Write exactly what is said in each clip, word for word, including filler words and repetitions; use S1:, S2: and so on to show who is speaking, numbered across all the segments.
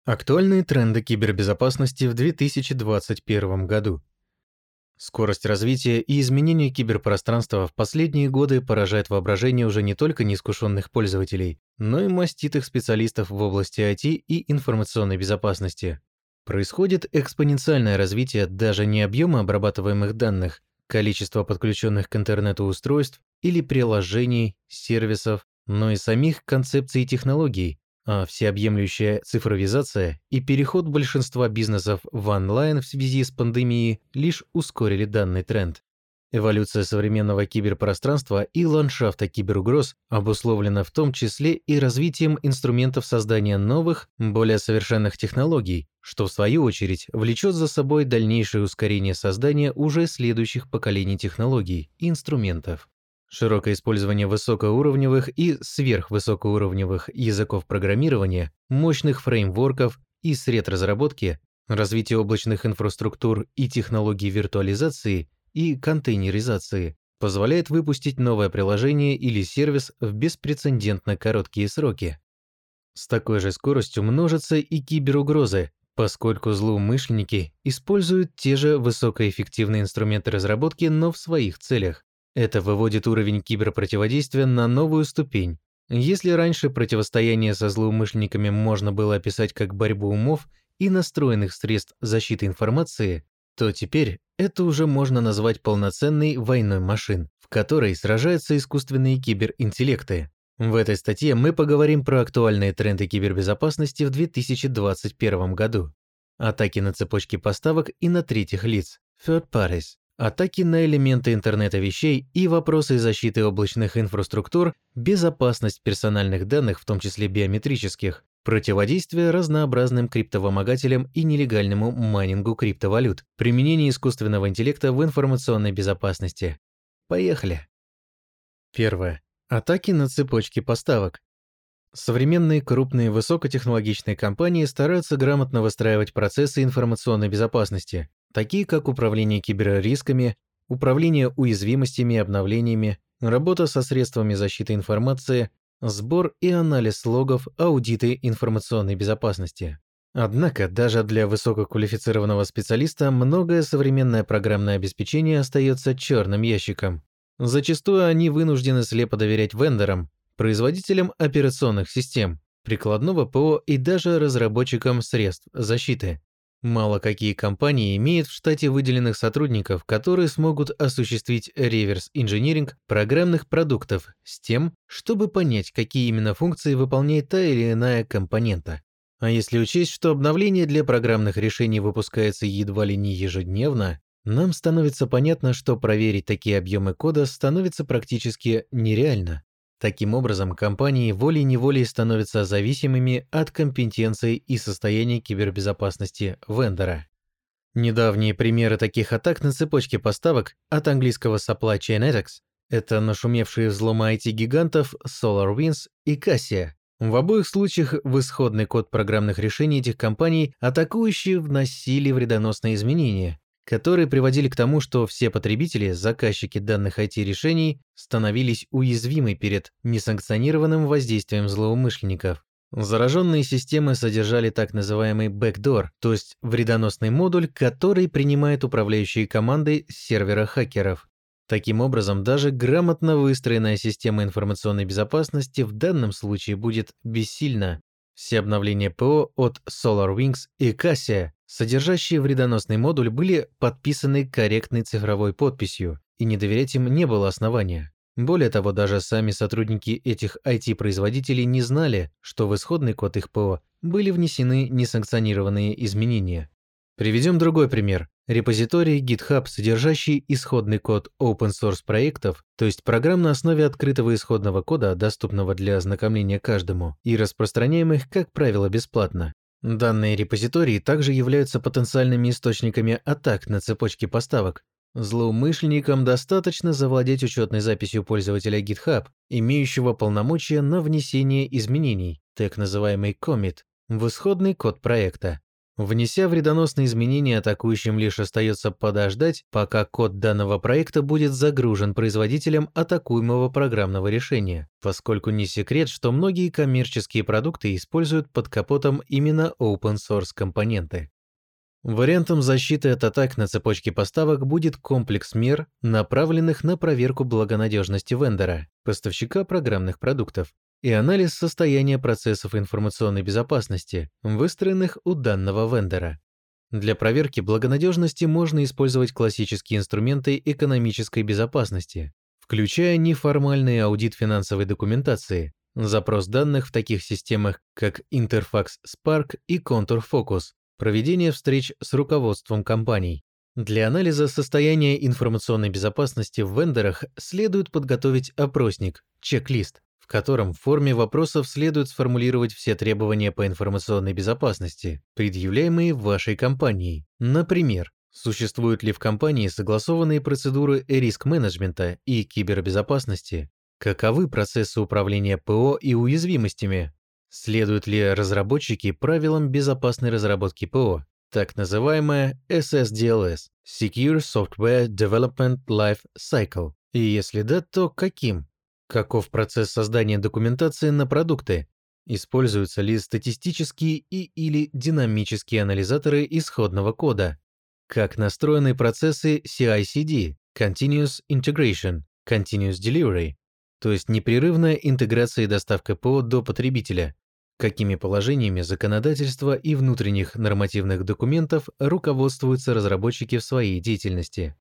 S1: Актуальные тренды кибербезопасности в две тысячи двадцать первом году. Скорость развития и изменения киберпространства в последние годы поражает воображение уже не только неискушенных пользователей, но и маститых специалистов в области ай ти и информационной безопасности. Происходит экспоненциальное развитие даже не объема обрабатываемых данных, количества подключенных к интернету устройств или приложений, сервисов, но и самих концепций и технологий, а всеобъемлющая цифровизация и переход большинства бизнесов в онлайн в связи с пандемией лишь ускорили данный тренд. Эволюция современного киберпространства и ландшафта киберугроз обусловлена в том числе и развитием инструментов создания новых, более совершенных технологий, что в свою очередь влечет за собой дальнейшее ускорение создания уже следующих поколений технологий и инструментов. Широкое использование высокоуровневых и сверхвысокоуровневых языков программирования, мощных фреймворков и сред разработки, развитие облачных инфраструктур и технологий виртуализации и контейнеризации позволяет выпустить новое приложение или сервис в беспрецедентно короткие сроки. С такой же скоростью множатся и киберугрозы, поскольку злоумышленники используют те же высокоэффективные инструменты разработки, но в своих целях. Это выводит уровень киберпротиводействия на новую ступень. Если раньше противостояние со злоумышленниками можно было описать как борьбу умов и настроенных средств защиты информации, то теперь это уже можно назвать полноценной войной машин, в которой сражаются искусственные киберинтеллекты. В этой статье мы поговорим про актуальные тренды кибербезопасности в две тысячи двадцать первом году. Атаки на цепочки поставок и на третьих лиц, third parties. Атаки на элементы интернета вещей и вопросы защиты облачных инфраструктур, безопасность персональных данных, в том числе биометрических, противодействие разнообразным криптовымогателям и нелегальному майнингу криптовалют, применение искусственного интеллекта в информационной безопасности. Поехали! Первое. Атаки на цепочки поставок. Современные крупные высокотехнологичные компании стараются грамотно выстраивать процессы информационной безопасности, такие как управление киберрисками, управление уязвимостями и обновлениями, работа со средствами защиты информации, сбор и анализ логов, аудиты информационной безопасности. Однако даже для высококвалифицированного специалиста многое современное программное обеспечение остается черным ящиком. Зачастую они вынуждены слепо доверять вендорам, производителям операционных систем, прикладного ПО и даже разработчикам средств защиты. Мало какие компании имеют в штате выделенных сотрудников, которые смогут осуществить реверс-инжиниринг программных продуктов с тем, чтобы понять, какие именно функции выполняет та или иная компонента. А если учесть, что обновление для программных решений выпускается едва ли не ежедневно, нам становится понятно, что проверить такие объемы кода становится практически нереально. Таким образом, компании волей-неволей становятся зависимыми от компетенций и состояния кибербезопасности вендора. Недавние примеры таких атак на цепочки поставок от английского Supply Chain Attacks – это нашумевшие взломы ай ти-гигантов SolarWinds и Cassia. В обоих случаях в исходный код программных решений этих компаний атакующие вносили вредоносные изменения, которые приводили к тому, что все потребители, заказчики данных ай ти-решений, становились уязвимы перед несанкционированным воздействием злоумышленников. Зараженные системы содержали так называемый backdoor, то есть вредоносный модуль, который принимает управляющие команды с сервера хакеров. Таким образом, даже грамотно выстроенная система информационной безопасности в данном случае будет бессильна. Все обновления ПО от SolarWinds и Cassia, содержащие вредоносный модуль, были подписаны корректной цифровой подписью, и не доверять им не было основания. Более того, даже сами сотрудники этих ай ти-производителей не знали, что в исходный код их ПО были внесены несанкционированные изменения. Приведем другой пример. Репозиторий GitHub, содержащий исходный код open-source проектов, то есть программ на основе открытого исходного кода, доступного для ознакомления каждому, и распространяемых, как правило, бесплатно. Данные репозитории также являются потенциальными источниками атак на цепочки поставок. Злоумышленникам достаточно завладеть учетной записью пользователя GitHub, имеющего полномочия на внесение изменений, так называемый commit, в исходный код проекта. Внеся вредоносные изменения, атакующим лишь остается подождать, пока код данного проекта будет загружен производителем атакуемого программного решения, поскольку не секрет, что многие коммерческие продукты используют под капотом именно open-source компоненты. Вариантом защиты от атак на цепочке поставок будет комплекс мер, направленных на проверку благонадежности вендора, поставщика программных продуктов, и анализ состояния процессов информационной безопасности, выстроенных у данного вендора. Для проверки благонадежности можно использовать классические инструменты экономической безопасности, включая неформальный аудит финансовой документации, запрос данных в таких системах, как Interfax Spark и Contour Focus, проведение встреч с руководством компаний. Для анализа состояния информационной безопасности в вендорах следует подготовить опросник, чек-лист, в котором в форме вопросов следует сформулировать все требования по информационной безопасности, предъявляемые вашей компанией. Например, существуют ли в компании согласованные процедуры риск-менеджмента и кибербезопасности, каковы процессы управления ПО и уязвимостями, следуют ли разработчики правилам безопасной разработки ПО, так называемая эс эс ди эл эс – Secure Software Development Life Cycle, и если да, то каким? Каков процесс создания документации на продукты? Используются ли статистические и или динамические анализаторы исходного кода? Как настроены процессы си ай си ди – Continuous Integration, Continuous Delivery, то есть непрерывная интеграция и доставка ПО до потребителя? Какими положениями законодательства и внутренних нормативных документов руководствуются разработчики в своей деятельности?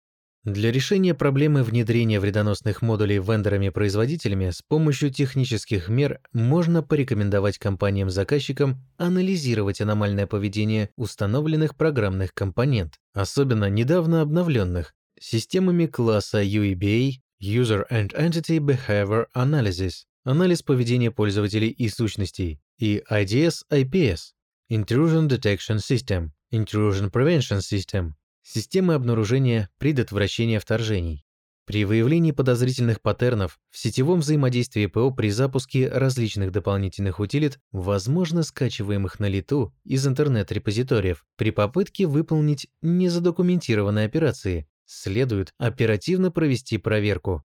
S1: Для решения проблемы внедрения вредоносных модулей вендорами-производителями с помощью технических мер можно порекомендовать компаниям-заказчикам анализировать аномальное поведение установленных программных компонент, особенно недавно обновленных, системами класса ю и би эй User and Entity Behavior Analysis, анализ поведения пользователей и сущностей, и ай ди эс ай пи эс Intrusion Detection System, Intrusion Prevention System, системы обнаружения предотвращения вторжений. При выявлении подозрительных паттернов в сетевом взаимодействии ПО при запуске различных дополнительных утилит, возможно скачиваемых на лету из интернет-репозиториев, при попытке выполнить незадокументированные операции, следует оперативно провести проверку.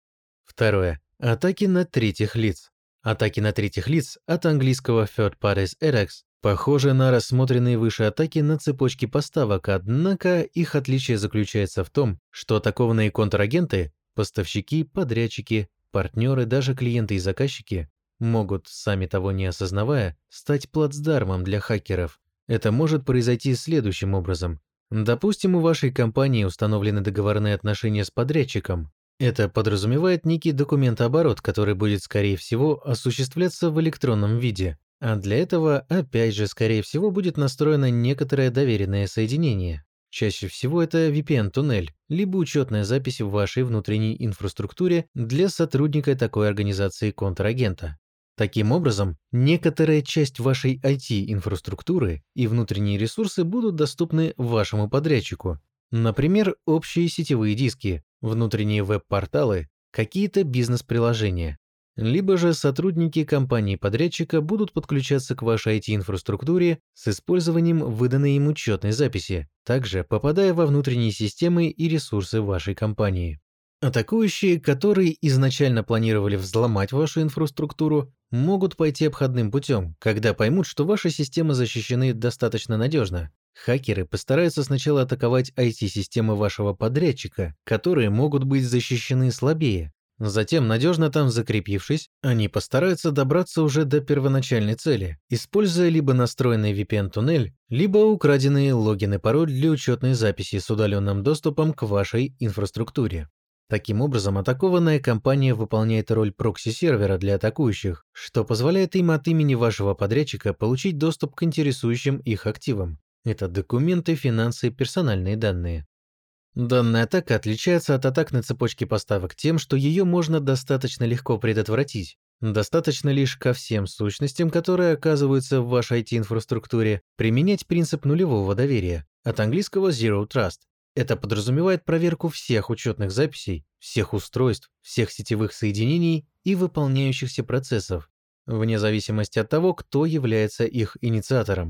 S1: Второе. Атаки на третьих лиц. Атаки на третьих лиц от английского Third Parties Attacks похожи на рассмотренные выше атаки на цепочки поставок, однако их отличие заключается в том, что атакованные контрагенты, поставщики, подрядчики, партнеры, даже клиенты и заказчики могут, сами того не осознавая, стать плацдармом для хакеров. Это может произойти следующим образом. Допустим, у вашей компании установлены договорные отношения с подрядчиком. Это подразумевает некий документооборот, который будет, скорее всего, осуществляться в электронном виде. А для этого, опять же, скорее всего, будет настроено некоторое доверенное соединение. Чаще всего это ви пи эн-туннель, либо учетная запись в вашей внутренней инфраструктуре для сотрудника такой организации контрагента. Таким образом, некоторая часть вашей ай ти-инфраструктуры и внутренние ресурсы будут доступны вашему подрядчику. Например, общие сетевые диски, внутренние веб-порталы, какие-то бизнес-приложения. Либо же сотрудники компании-подрядчика будут подключаться к вашей ай ти-инфраструктуре с использованием выданной им учетной записи, также попадая во внутренние системы и ресурсы вашей компании. Атакующие, которые изначально планировали взломать вашу инфраструктуру, могут пойти обходным путем, когда поймут, что ваши системы защищены достаточно надежно. Хакеры постараются сначала атаковать ай ти-системы вашего подрядчика, которые могут быть защищены слабее. Затем, надежно там закрепившись, они постараются добраться уже до первоначальной цели, используя либо настроенный ви пи эн-туннель, либо украденные логин и пароль для учетной записи с удаленным доступом к вашей инфраструктуре. Таким образом, атакованная компания выполняет роль прокси-сервера для атакующих, что позволяет им от имени вашего подрядчика получить доступ к интересующим их активам. Это документы, финансы, персональные данные. Данная атака отличается от атак на цепочке поставок тем, что ее можно достаточно легко предотвратить. Достаточно лишь ко всем сущностям, которые оказываются в вашей ай ти-инфраструктуре, применять принцип нулевого доверия, от английского Zero Trust. Это подразумевает проверку всех учетных записей, всех устройств, всех сетевых соединений и выполняющихся процессов, вне зависимости от того, кто является их инициатором.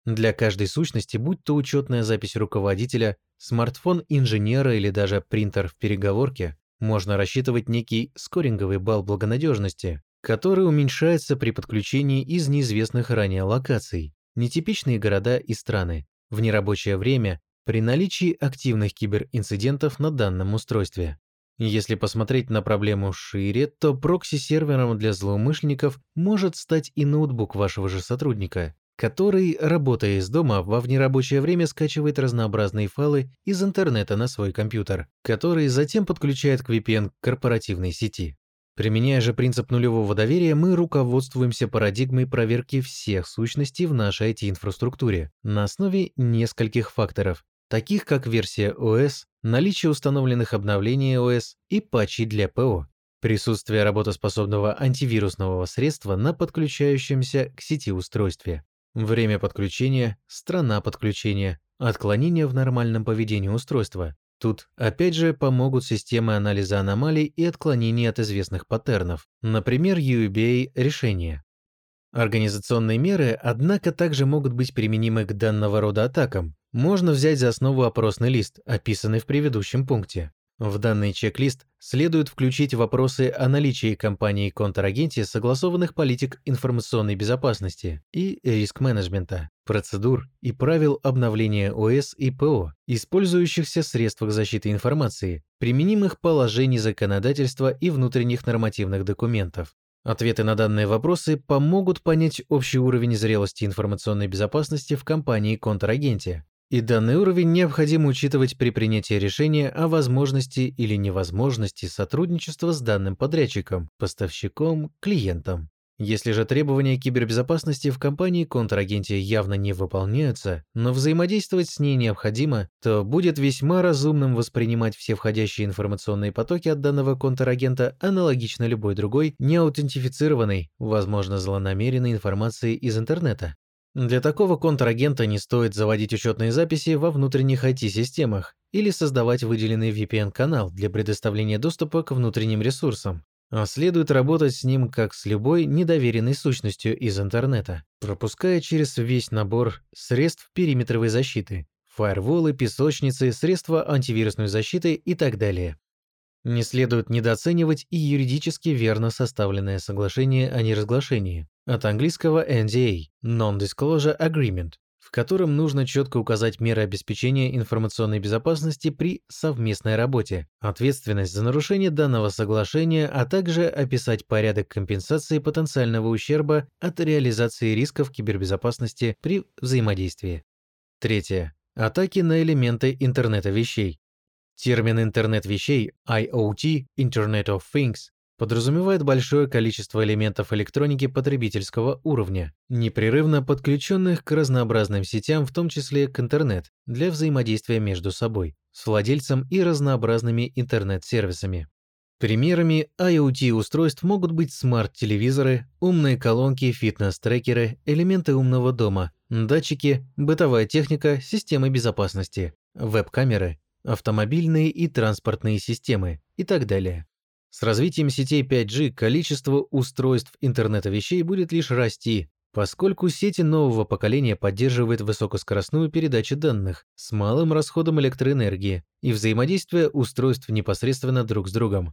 S1: Для каждой сущности, будь то учетная запись руководителя, смартфон инженера или даже принтер в переговорке, можно рассчитывать некий скоринговый балл благонадежности, который уменьшается при подключении из неизвестных ранее локаций, нетипичные города и страны, в нерабочее время при наличии активных киберинцидентов на данном устройстве. Если посмотреть на проблему шире, то прокси-сервером для злоумышленников может стать и ноутбук вашего же сотрудника, который, работая из дома, во внерабочее время скачивает разнообразные файлы из интернета на свой компьютер, который затем подключает к ви пи эн корпоративной сети. Применяя же принцип нулевого доверия, мы руководствуемся парадигмой проверки всех сущностей в нашей ай ти-инфраструктуре на основе нескольких факторов, таких как версия о эс, наличие установленных обновлений о эс и патчей для ПО, присутствие работоспособного антивирусного средства на подключающемся к сети устройстве, время подключения, страна подключения, отклонения в нормальном поведении устройства. Тут, опять же, помогут системы анализа аномалий и отклонений от известных паттернов, например, ю би эй-решения. Организационные меры, однако, также могут быть применимы к данного рода атакам. Можно взять за основу опросный лист, описанный в предыдущем пункте. В данный чек-лист следует включить вопросы о наличии компании-контрагенте согласованных политик информационной безопасности и риск-менеджмента, процедур и правил обновления о эс и ПО, использующихся средствах защиты информации, применимых положений законодательства и внутренних нормативных документов. Ответы на данные вопросы помогут понять общий уровень зрелости информационной безопасности в компании-контрагенте. И данный уровень необходимо учитывать при принятии решения о возможности или невозможности сотрудничества с данным подрядчиком, поставщиком, клиентом. Если же требования кибербезопасности в компании-контрагенте явно не выполняются, но взаимодействовать с ней необходимо, то будет весьма разумным воспринимать все входящие информационные потоки от данного контрагента аналогично любой другой неаутентифицированной, возможно, злонамеренной информации из интернета. Для такого контрагента не стоит заводить учетные записи во внутренних ай ти-системах или создавать выделенный ви пи эн-канал для предоставления доступа к внутренним ресурсам, а следует работать с ним как с любой недоверенной сущностью из интернета, пропуская через весь набор средств периметровой защиты, фаерволы, песочницы, средства антивирусной защиты и так далее. Не следует недооценивать и юридически верно составленное соглашение о неразглашении, от английского эн ди эй – Non-Disclosure Agreement, в котором нужно четко указать меры обеспечения информационной безопасности при совместной работе, ответственность за нарушение данного соглашения, а также описать порядок компенсации потенциального ущерба от реализации рисков кибербезопасности при взаимодействии. Третье. Атаки на элементы интернета вещей. Термин «интернет вещей» ай о ти – Internet of Things подразумевает большое количество элементов электроники потребительского уровня, непрерывно подключенных к разнообразным сетям, в том числе к интернет, для взаимодействия между собой, с владельцем и разнообразными интернет-сервисами. Примерами ай о ти-устройств могут быть смарт-телевизоры, умные колонки, фитнес-трекеры, элементы умного дома, датчики, бытовая техника, системы безопасности, веб-камеры, автомобильные и транспортные системы и так далее. С развитием сетей пять джи количество устройств интернета вещей будет лишь расти, поскольку сети нового поколения поддерживают высокоскоростную передачу данных с малым расходом электроэнергии и взаимодействие устройств непосредственно друг с другом.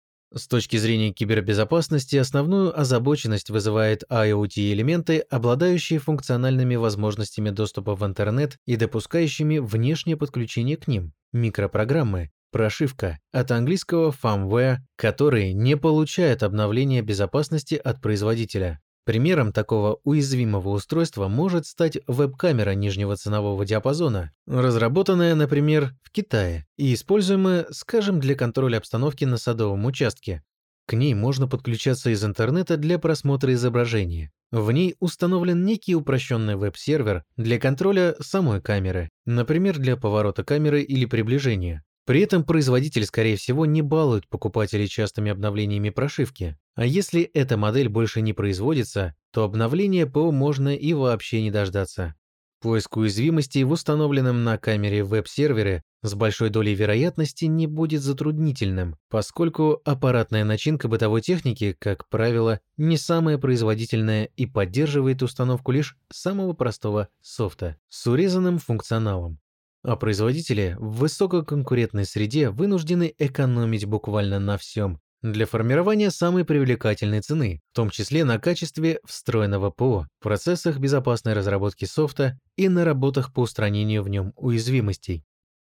S1: С точки зрения кибербезопасности, основную озабоченность вызывает ай о ти-элементы, обладающие функциональными возможностями доступа в интернет и допускающими внешнее подключение к ним, микропрограммы, прошивка, от английского firmware, которые не получают обновления безопасности от производителя. Примером такого уязвимого устройства может стать веб-камера нижнего ценового диапазона, разработанная, например, в Китае и используемая, скажем, для контроля обстановки на садовом участке. К ней можно подключаться из интернета для просмотра изображения. В ней установлен некий упрощенный веб-сервер для контроля самой камеры, например, для поворота камеры или приближения. При этом производитель, скорее всего, не балует покупателей частыми обновлениями прошивки. А если эта модель больше не производится, то обновления ПО можно и вообще не дождаться. Поиск уязвимостей в установленном на камере веб-сервере с большой долей вероятности не будет затруднительным, поскольку аппаратная начинка бытовой техники, как правило, не самая производительная и поддерживает установку лишь самого простого софта с урезанным функционалом. А производители в высококонкурентной среде вынуждены экономить буквально на всем для формирования самой привлекательной цены, в том числе на качестве встроенного ПО, процессах безопасной разработки софта и на работах по устранению в нем уязвимостей.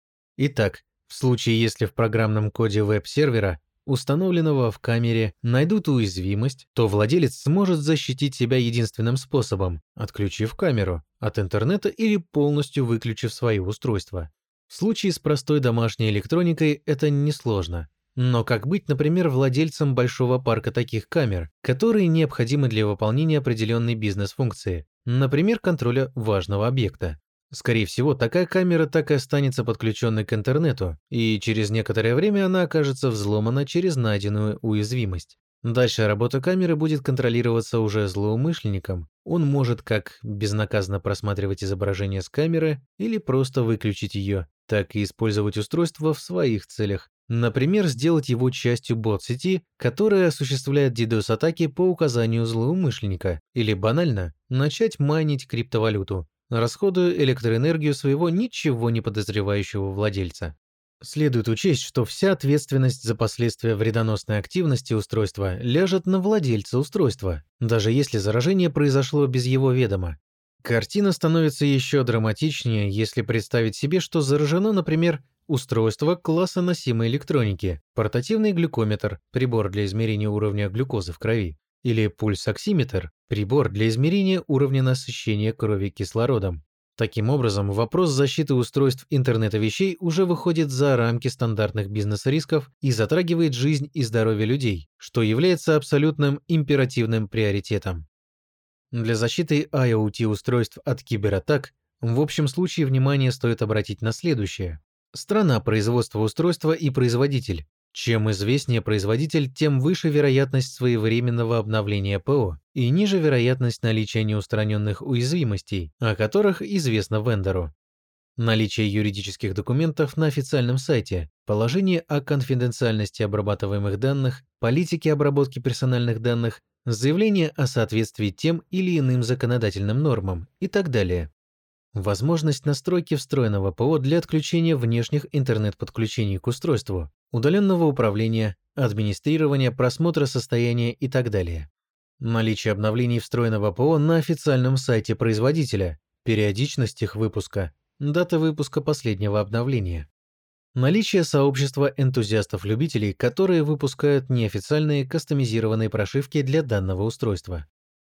S1: Итак, в случае, если в программном коде веб-сервера, установленного в камере, найдут уязвимость, то владелец сможет защитить себя единственным способом – отключив камеру от интернета или полностью выключив свое устройство. В случае с простой домашней электроникой это несложно. Но как быть, например, владельцем большого парка таких камер, которые необходимы для выполнения определенной бизнес-функции, например, контроля важного объекта? Скорее всего, такая камера так и останется подключенной к интернету, и через некоторое время она окажется взломана через найденную уязвимость. Дальше работа камеры будет контролироваться уже злоумышленником. Он может как безнаказанно просматривать изображение с камеры или просто выключить ее, так и использовать устройство в своих целях. Например, сделать его частью бот-сети, которая осуществляет дидос-атаки по указанию злоумышленника, или банально начать майнить криптовалюту, расходуя электроэнергию своего ничего не подозревающего владельца. Следует учесть, что вся ответственность за последствия вредоносной активности устройства ляжет на владельца устройства, даже если заражение произошло без его ведома. Картина становится еще драматичнее, если представить себе, что заражено, например, устройство класса носимой электроники, портативный глюкометр, прибор для измерения уровня глюкозы в крови, или пульсоксиметр, прибор для измерения уровня насыщения крови кислородом. Таким образом, вопрос защиты устройств интернета вещей уже выходит за рамки стандартных бизнес-рисков и затрагивает жизнь и здоровье людей, что является абсолютным императивным приоритетом. Для защиты ай о ти-устройств от кибератак в общем случае внимание стоит обратить на следующее. Страна производства устройства и производитель. Чем известнее производитель, тем выше вероятность своевременного обновления ПО и ниже вероятность наличия неустраненных уязвимостей, о которых известно вендору. Наличие юридических документов на официальном сайте, положение о конфиденциальности обрабатываемых данных, политике обработки персональных данных, заявление о соответствии тем или иным законодательным нормам и так далее. Возможность настройки встроенного ПО для отключения внешних интернет-подключений к устройству, удаленного управления, администрирования, просмотра состояния и так далее. Наличие обновлений встроенного ПО на официальном сайте производителя, периодичность их выпуска, дата выпуска последнего обновления. Наличие сообщества энтузиастов-любителей, которые выпускают неофициальные кастомизированные прошивки для данного устройства.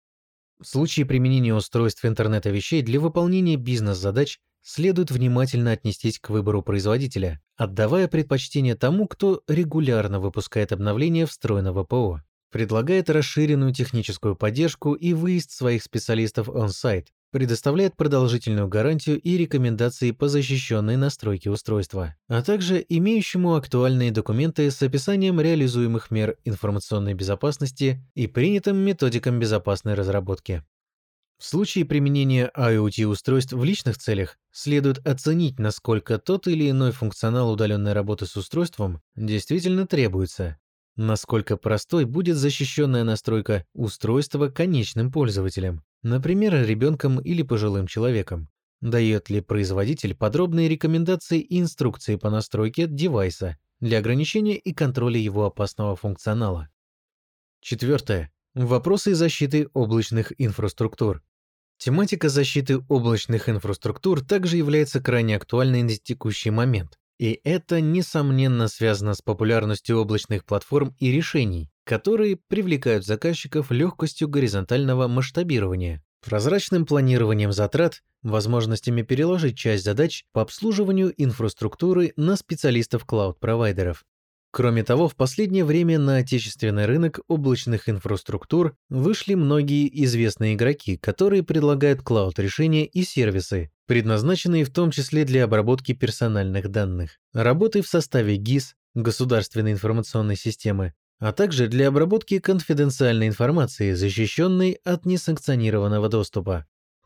S1: В случае применения устройств интернета вещей для выполнения бизнес-задач следует внимательно отнестись к выбору производителя, отдавая предпочтение тому, кто регулярно выпускает обновления встроенного ПО, предлагает расширенную техническую поддержку и выезд своих специалистов on-site, предоставляет продолжительную гарантию и рекомендации по защищенной настройке устройства, а также имеющему актуальные документы с описанием реализуемых мер информационной безопасности и принятым методикам безопасной разработки. В случае применения ай о ти-устройств в личных целях следует оценить, насколько тот или иной функционал удаленной работы с устройством действительно требуется, насколько простой будет защищенная настройка устройства конечным пользователем, например, ребенком или пожилым человеком. Дает ли производитель подробные рекомендации и инструкции по настройке девайса для ограничения и контроля его опасного функционала. Четвертое. Вопросы защиты облачных инфраструктур. Тематика защиты облачных инфраструктур также является крайне актуальной на текущий момент. И это, несомненно, связано с популярностью облачных платформ и решений, которые привлекают заказчиков легкостью горизонтального масштабирования, прозрачным планированием затрат, возможностями переложить часть задач по обслуживанию инфраструктуры на специалистов клауд-провайдеров. Кроме того, в последнее время на отечественный рынок облачных инфраструктур вышли многие известные игроки, которые предлагают клауд-решения и сервисы, предназначенные в том числе для обработки персональных данных, работы в составе гис, государственной информационной системы, а также для обработки конфиденциальной информации, защищенной от несанкционированного доступа.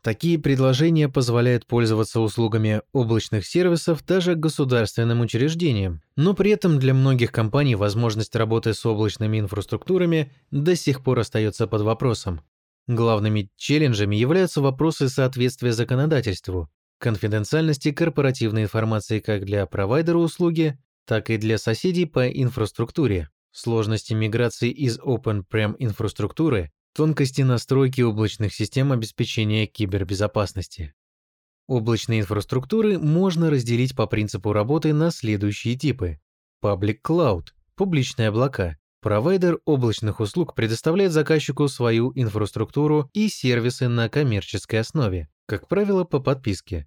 S1: Такие предложения позволяют пользоваться услугами облачных сервисов даже государственным учреждениям, но при этом для многих компаний возможность работы с облачными инфраструктурами до сих пор остается под вопросом. Главными челленджами являются вопросы соответствия законодательству, конфиденциальности корпоративной информации как для провайдера услуги, так и для соседей по инфраструктуре, сложности миграции из Open-Prem инфраструктуры, тонкости настройки облачных систем обеспечения кибербезопасности. Облачные инфраструктуры можно разделить по принципу работы на следующие типы. Public Cloud – публичные облака. Провайдер облачных услуг предоставляет заказчику свою инфраструктуру и сервисы на коммерческой основе, как правило, по подписке.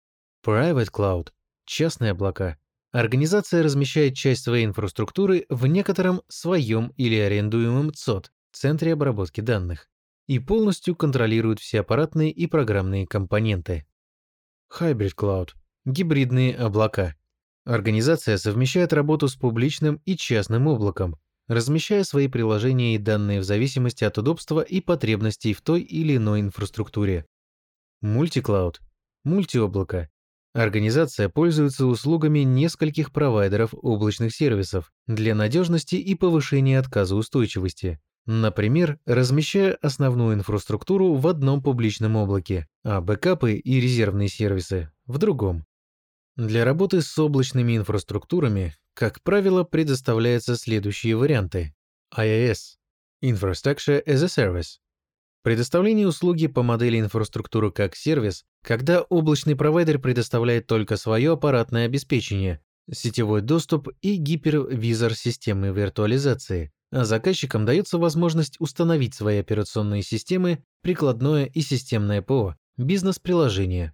S1: Private Cloud – частные облака. Организация размещает часть своей инфраструктуры в некотором своем или арендуемом ЦОД, центре обработки данных, и полностью контролирует все аппаратные и программные компоненты. Hybrid Cloud – гибридные облака. Организация совмещает работу с публичным и частным облаком, размещая свои приложения и данные в зависимости от удобства и потребностей в той или иной инфраструктуре. Multi-Cloud – мультиоблако. Организация пользуется услугами нескольких провайдеров облачных сервисов для надежности и повышения отказоустойчивости. Например, размещая основную инфраструктуру в одном публичном облаке, а бэкапы и резервные сервисы – в другом. Для работы с облачными инфраструктурами, как правило, предоставляются следующие варианты. ай эй эс – Infrastructure as a Service. Предоставление услуги по модели инфраструктуры как сервис, когда облачный провайдер предоставляет только свое аппаратное обеспечение, сетевой доступ и гипервизор системы виртуализации, а заказчикам дается возможность установить свои операционные системы, прикладное и системное ПО, бизнес-приложение.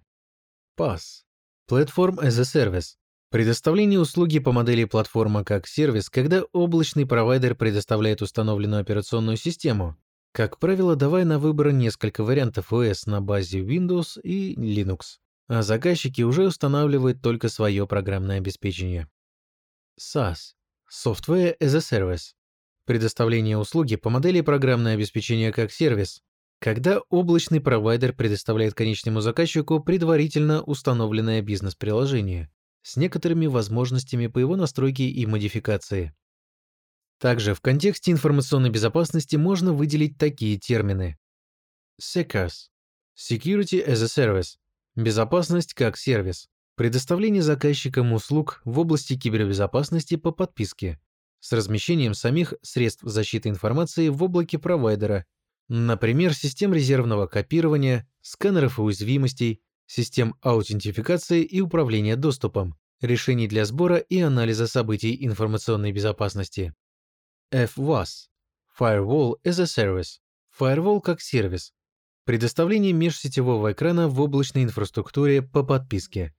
S1: пас – Platform as a Service. Предоставление услуги по модели платформа как сервис, когда облачный провайдер предоставляет установленную операционную систему, как правило, давая на выбор несколько вариантов о эс на базе Windows и Linux, а заказчики уже устанавливают только свое программное обеспечение. сас – Software as a Service. Предоставление услуги по модели программное обеспечение как сервис, когда облачный провайдер предоставляет конечному заказчику предварительно установленное бизнес-приложение с некоторыми возможностями по его настройке и модификации. Также в контексте информационной безопасности можно выделить такие термины. сэкас – Security as a Service – безопасность как сервис, предоставление заказчикам услуг в области кибербезопасности по подписке, с размещением самих средств защиты информации в облаке провайдера, например, систем резервного копирования, сканеров уязвимостей, систем аутентификации и управления доступом, решений для сбора и анализа событий информационной безопасности. эф вас – Firewall as a Service – Firewall как сервис, предоставление межсетевого экрана в облачной инфраструктуре по подписке.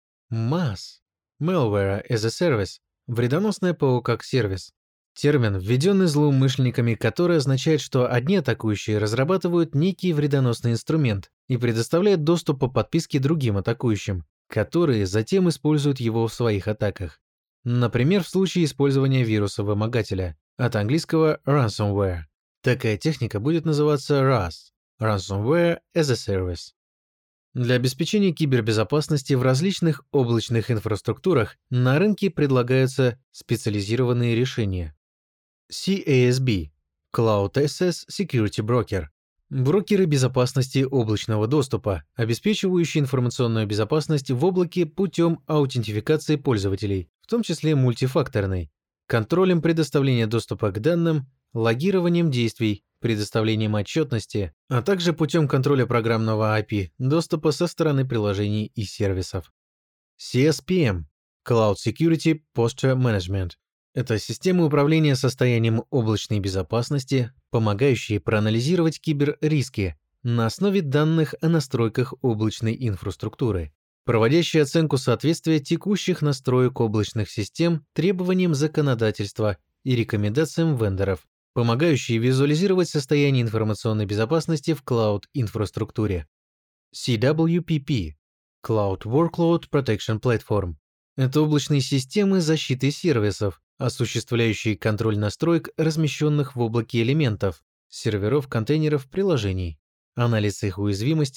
S1: мас – Malware as a Service – вредоносное ПО как сервис. Термин, введенный злоумышленниками, который означает, что одни атакующие разрабатывают некий вредоносный инструмент и предоставляют доступ по подписке другим атакующим, которые затем используют его в своих атаках. Например, в случае использования вируса-вымогателя, от английского ransomware. Такая техника будет называться рас – Ransomware as a Service. Для обеспечения кибербезопасности в различных облачных инфраструктурах на рынке предлагаются специализированные решения. си эй эс би – Cloud Access Security Broker – брокеры безопасности облачного доступа, обеспечивающие информационную безопасность в облаке путем аутентификации пользователей, в том числе мультифакторной, контролем предоставления доступа к данным, логированием действий, предоставлением отчетности, а также путем контроля программного эй пи ай доступа со стороны приложений и сервисов. си эс пи эм – Cloud Security Posture Management – это системы управления состоянием облачной безопасности, помогающие проанализировать киберриски на основе данных о настройках облачной инфраструктуры, проводящие оценку соответствия текущих настроек облачных систем требованиям законодательства и рекомендациям вендоров, помогающие визуализировать состояние информационной безопасности в клауд-инфраструктуре. си дабл ю пи пи – Cloud Workload Protection Platform – это облачные системы защиты сервисов, осуществляющие контроль настроек размещенных в облаке элементов, серверов, контейнеров, приложений, анализ их уязвимостей,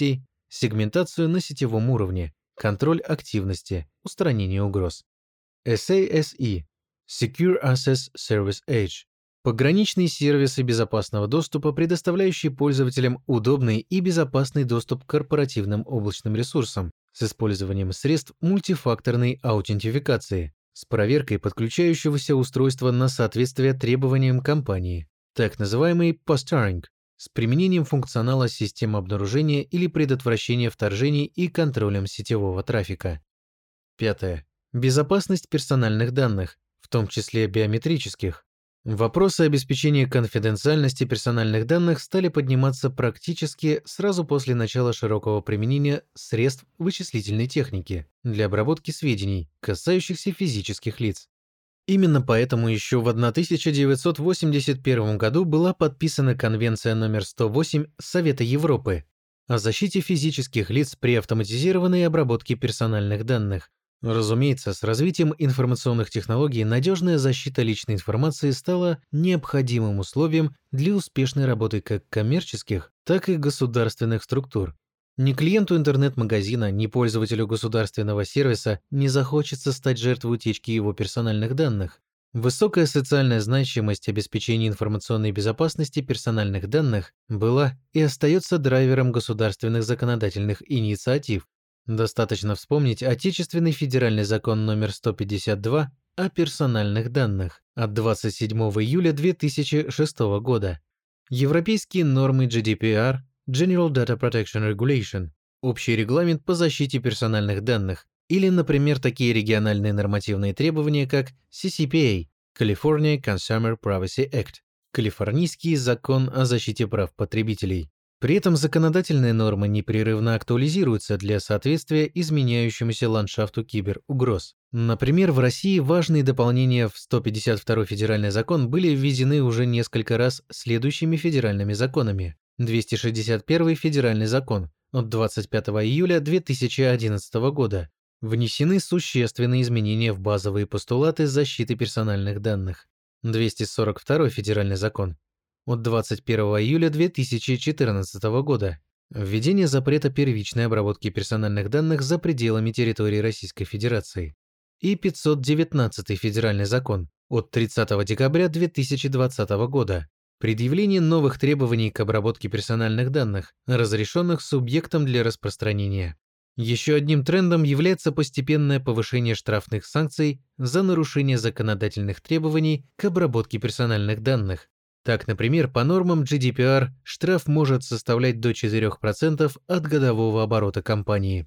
S1: сегментацию на сетевом уровне, контроль активности, устранение угроз. эс эй эс и – Secure Access Service Edge – пограничные сервисы безопасного доступа, предоставляющие пользователям удобный и безопасный доступ к корпоративным облачным ресурсам с использованием средств мультифакторной аутентификации, с проверкой подключающегося устройства на соответствие требованиям компании, так называемый posturing, с применением функционала систем обнаружения или предотвращения вторжений и контролем сетевого трафика. Пятое. Безопасность персональных данных, в том числе биометрических. Вопросы обеспечения конфиденциальности персональных данных стали подниматься практически сразу после начала широкого применения средств вычислительной техники для обработки сведений, касающихся физических лиц. Именно поэтому еще в тысяча девятьсот восемьдесят первом году была подписана Конвенция номер сто восемь Совета Европы о защите физических лиц при автоматизированной обработке персональных данных. Разумеется, с развитием информационных технологий надежная защита личной информации стала необходимым условием для успешной работы как коммерческих, так и государственных структур. Ни клиенту интернет-магазина, ни пользователю государственного сервиса не захочется стать жертвой утечки его персональных данных. Высокая социальная значимость обеспечения информационной безопасности персональных данных была и остается драйвером государственных законодательных инициатив. Достаточно вспомнить Отечественный федеральный закон номер сто пятьдесят два о персональных данных от двадцать седьмого июля две тысячи шестого года, европейские нормы джи ди пи ар General Data Protection Regulation, общий регламент по защите персональных данных, или, например, такие региональные нормативные требования, как си си пи эй California Consumer Privacy Act, Калифорнийский закон о защите прав потребителей. При этом законодательные нормы непрерывно актуализируются для соответствия изменяющемуся ландшафту киберугроз. Например, в России важные дополнения в сто пятьдесят второй федеральный закон были введены уже несколько раз следующими федеральными законами. двести шестьдесят первый федеральный закон от двадцать пятого июля две тысячи одиннадцатого года. Внесены существенные изменения в базовые постулаты защиты персональных данных. двести сорок второй федеральный закон от двадцать первого июля две тысячи четырнадцатого года. Введение запрета первичной обработки персональных данных за пределами территории Российской Федерации. И пятьсот девятнадцатый федеральный закон от тридцатого декабря две тысячи двадцатого года. Предъявление новых требований к обработке персональных данных, разрешенных субъектом для распространения. Еще одним трендом является постепенное повышение штрафных санкций за нарушение законодательных требований к обработке персональных данных. Так, например, по нормам джи ди пи ар штраф может составлять до четырёх процентов от годового оборота компании.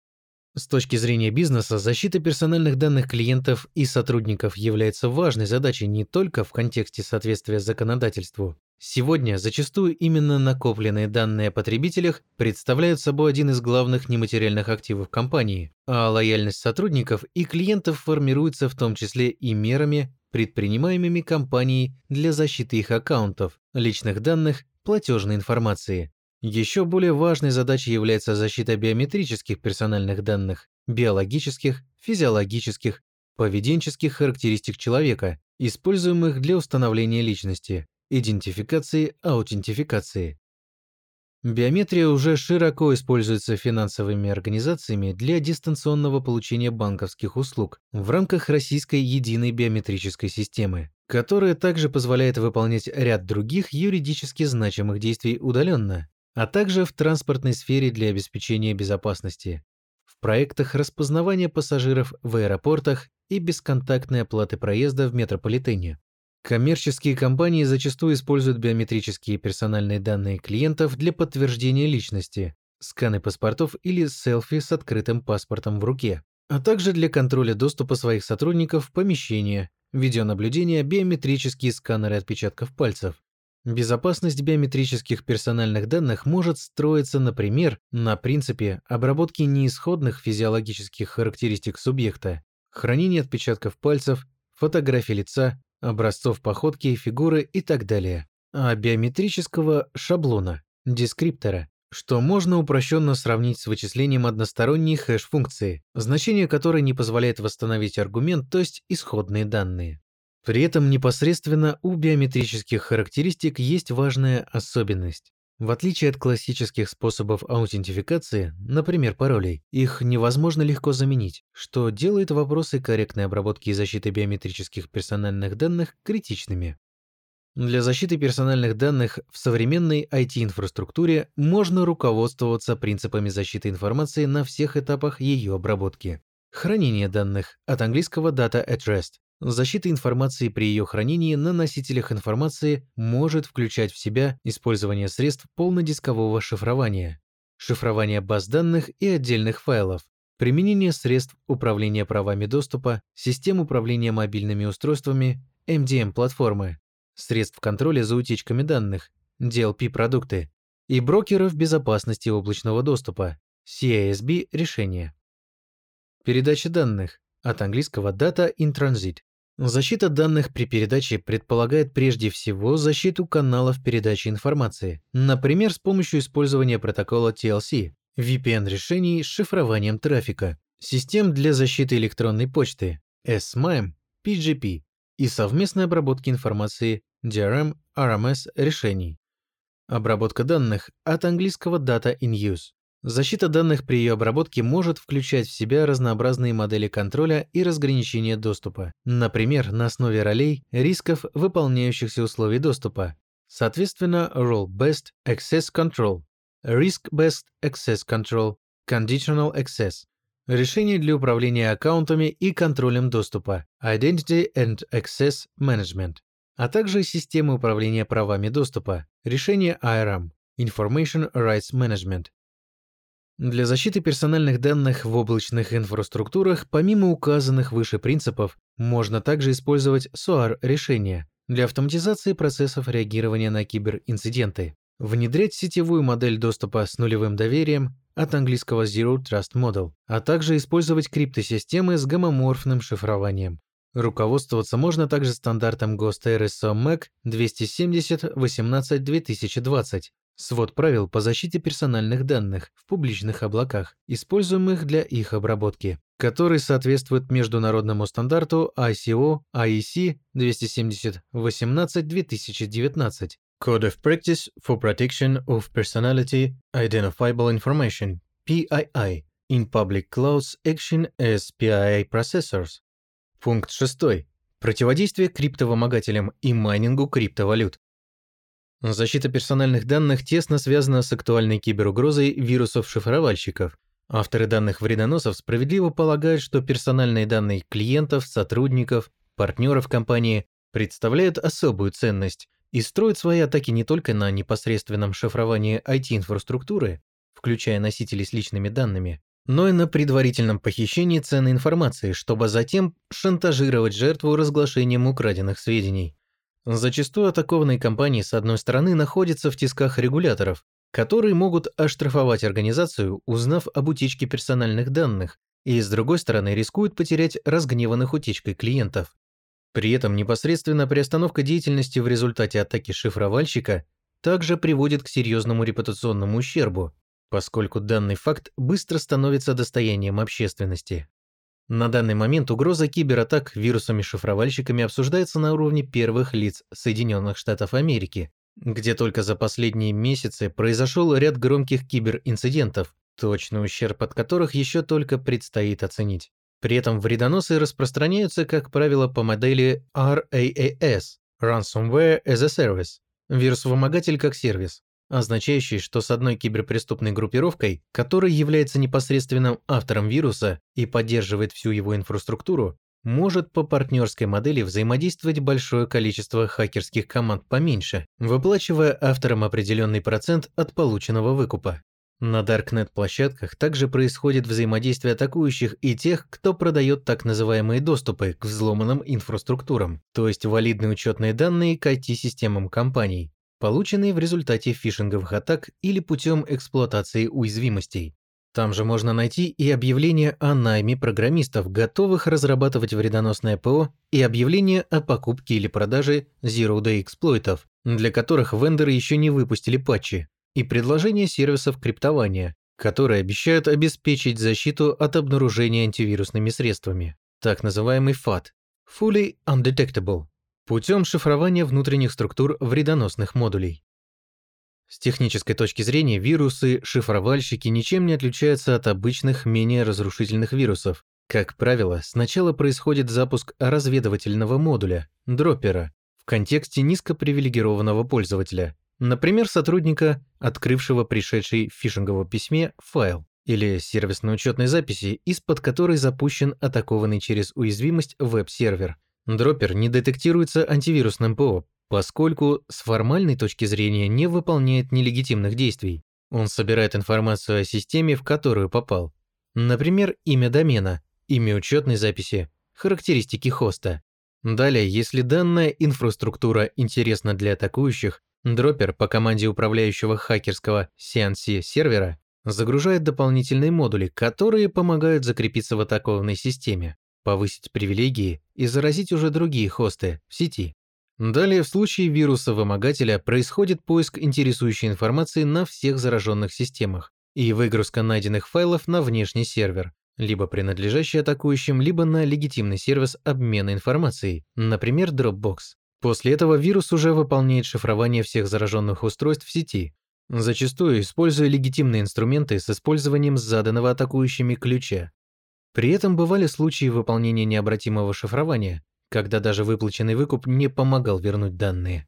S1: С точки зрения бизнеса, защита персональных данных клиентов и сотрудников является важной задачей не только в контексте соответствия законодательству. Сегодня зачастую именно накопленные данные о потребителях представляют собой один из главных нематериальных активов компании, а лояльность сотрудников и клиентов формируется в том числе и мерами, предпринимаемыми компанией для защиты их аккаунтов, личных данных, платежной информации. Еще более важной задачей является защита биометрических персональных данных, биологических, физиологических, поведенческих характеристик человека, используемых для установления личности, идентификации, аутентификации. Биометрия уже широко используется финансовыми организациями для дистанционного получения банковских услуг в рамках российской единой биометрической системы, которая также позволяет выполнять ряд других юридически значимых действий удаленно, а также в транспортной сфере для обеспечения безопасности, в проектах распознавания пассажиров в аэропортах и бесконтактной оплаты проезда в метрополитене. Коммерческие компании зачастую используют биометрические персональные данные клиентов для подтверждения личности, сканы паспортов или селфи с открытым паспортом в руке, а также для контроля доступа своих сотрудников в помещения, видеонаблюдения, биометрические сканеры отпечатков пальцев. Безопасность биометрических персональных данных может строиться, например, на принципе обработки неисходных физиологических характеристик субъекта, хранения отпечатков пальцев, фотографий лица, образцов походки и фигуры и так далее, а биометрического шаблона, дескриптора, что можно упрощенно сравнить с вычислением односторонней хэш-функции, значение которой не позволяет восстановить аргумент, то есть исходные данные. При этом непосредственно у биометрических характеристик есть важная особенность. В отличие от классических способов аутентификации, например, паролей, их невозможно легко заменить, что делает вопросы корректной обработки и защиты биометрических персональных данных критичными. Для защиты персональных данных в современной ай ти-инфраструктуре можно руководствоваться принципами защиты информации на всех этапах ее обработки. Хранение данных, от английского data at rest. Защита информации при ее хранении на носителях информации может включать в себя использование средств полнодискового шифрования, шифрование баз данных и отдельных файлов, применение средств управления правами доступа, систем управления мобильными устройствами, эм ди эм-платформы, средств контроля за утечками данных, ди эл пи-продукты и брокеров безопасности облачного доступа, си эй эс би решения. Передача данных, от английского Data in Transit. Защита данных при передаче предполагает прежде всего защиту каналов передачи информации, например, с помощью использования протокола ти эл си, ви пи эн-решений с шифрованием трафика, систем для защиты электронной почты, эс эм эм, пи джи пи и совместной обработки информации ди ар эм, ар эм эс решений. Обработка данных, от английского Data in Use. Защита данных при ее обработке может включать в себя разнообразные модели контроля и разграничения доступа, например, на основе ролей, рисков, выполняющихся условий доступа. Соответственно, Role-Based Access Control, Risk-Based Access Control, Conditional Access, решения для управления аккаунтами и контролем доступа, Identity and Access Management, а также системы управления правами доступа, решение ай ар эм, Information Rights Management. Для защиты персональных данных в облачных инфраструктурах, помимо указанных выше принципов, можно также использовать соар-решения для автоматизации процессов реагирования на киберинциденты, внедрять сетевую модель доступа с нулевым доверием, от английского Zero Trust Model, а также использовать криптосистемы с гомоморфным шифрованием. Руководствоваться можно также стандартом гост эр эс о мэк двести семьдесят восемнадцать две тысячи двадцать, свод правил по защите персональных данных в публичных облаках, используемых для их обработки, который соответствует международному стандарту ай си о ай и си двести семьдесят восемнадцать две тысячи девятнадцать. Code of Practice for Protection of Personality Identifiable Information, пи ай ай, in Public Clouds Action as пи ай ай Processors. Пункт шестой. Противодействие криптовымогателям и майнингу криптовалют. Защита персональных данных тесно связана с актуальной киберугрозой вирусов-шифровальщиков. Авторы данных вредоносов справедливо полагают, что персональные данные клиентов, сотрудников, партнеров компании представляют особую ценность и строят свои атаки не только на непосредственном шифровании ай ти-инфраструктуры, включая носители с личными данными, но и на предварительном похищении ценной информации, чтобы затем шантажировать жертву разглашением украденных сведений. Зачастую атакованные компании, с одной стороны, находятся в тисках регуляторов, которые могут оштрафовать организацию, узнав об утечке персональных данных, и, с другой стороны, рискуют потерять разгневанных утечкой клиентов. При этом непосредственно приостановка деятельности в результате атаки шифровальщика также приводит к серьезному репутационному ущербу, поскольку данный факт быстро становится достоянием общественности. На данный момент угроза кибератак вирусами-шифровальщиками обсуждается на уровне первых лиц Соединенных Штатов Америки, где только за последние месяцы произошел ряд громких киберинцидентов, точный ущерб от которых еще только предстоит оценить. При этом вредоносы распространяются, как правило, по модели ар эй эй эс – Ransomware as a Service – вирус-вымогатель как сервис, означающий, что с одной киберпреступной группировкой, которая является непосредственным автором вируса и поддерживает всю его инфраструктуру, может по партнерской модели взаимодействовать большое количество хакерских команд поменьше, выплачивая авторам определенный процент от полученного выкупа. На Даркнет-площадках также происходит взаимодействие атакующих и тех, кто продает так называемые доступы к взломанным инфраструктурам, то есть валидные учетные данные к ай ти-системам компаний, полученные в результате фишинговых атак или путем эксплуатации уязвимостей. Там же можно найти и объявления о найме программистов, готовых разрабатывать вредоносное ПО, и объявления о покупке или продаже Zero-Day эксплойтов, для которых вендоры еще не выпустили патчи, и предложения сервисов криптования, которые обещают обеспечить защиту от обнаружения антивирусными средствами, так называемый фат – Fully Undetectable, путем шифрования внутренних структур вредоносных модулей. С технической точки зрения вирусы-шифровальщики ничем не отличаются от обычных, менее разрушительных вирусов. Как правило, сначала происходит запуск разведывательного модуля, дроппера, в контексте низкопривилегированного пользователя, например, сотрудника, открывшего пришедший в фишинговом письме файл, или сервисной учетной записи, из-под которой запущен атакованный через уязвимость веб-сервер. Дроппер не детектируется антивирусным ПО, поскольку с формальной точки зрения не выполняет нелегитимных действий. Он собирает информацию о системе, в которую попал. Например, имя домена, имя учетной записи, характеристики хоста. Далее, если данная инфраструктура интересна для атакующих, дроппер по команде управляющего хакерского си эн си сервера загружает дополнительные модули, которые помогают закрепиться в атакованной системе, повысить привилегии и заразить уже другие хосты в сети. Далее, в случае вируса-вымогателя происходит поиск интересующей информации на всех зараженных системах и выгрузка найденных файлов на внешний сервер, либо принадлежащий атакующим, либо на легитимный сервис обмена информацией, например, Dropbox. После этого вирус уже выполняет шифрование всех зараженных устройств в сети, зачастую используя легитимные инструменты с использованием заданного атакующими ключа. При этом бывали случаи выполнения необратимого шифрования, когда даже выплаченный выкуп не помогал вернуть данные.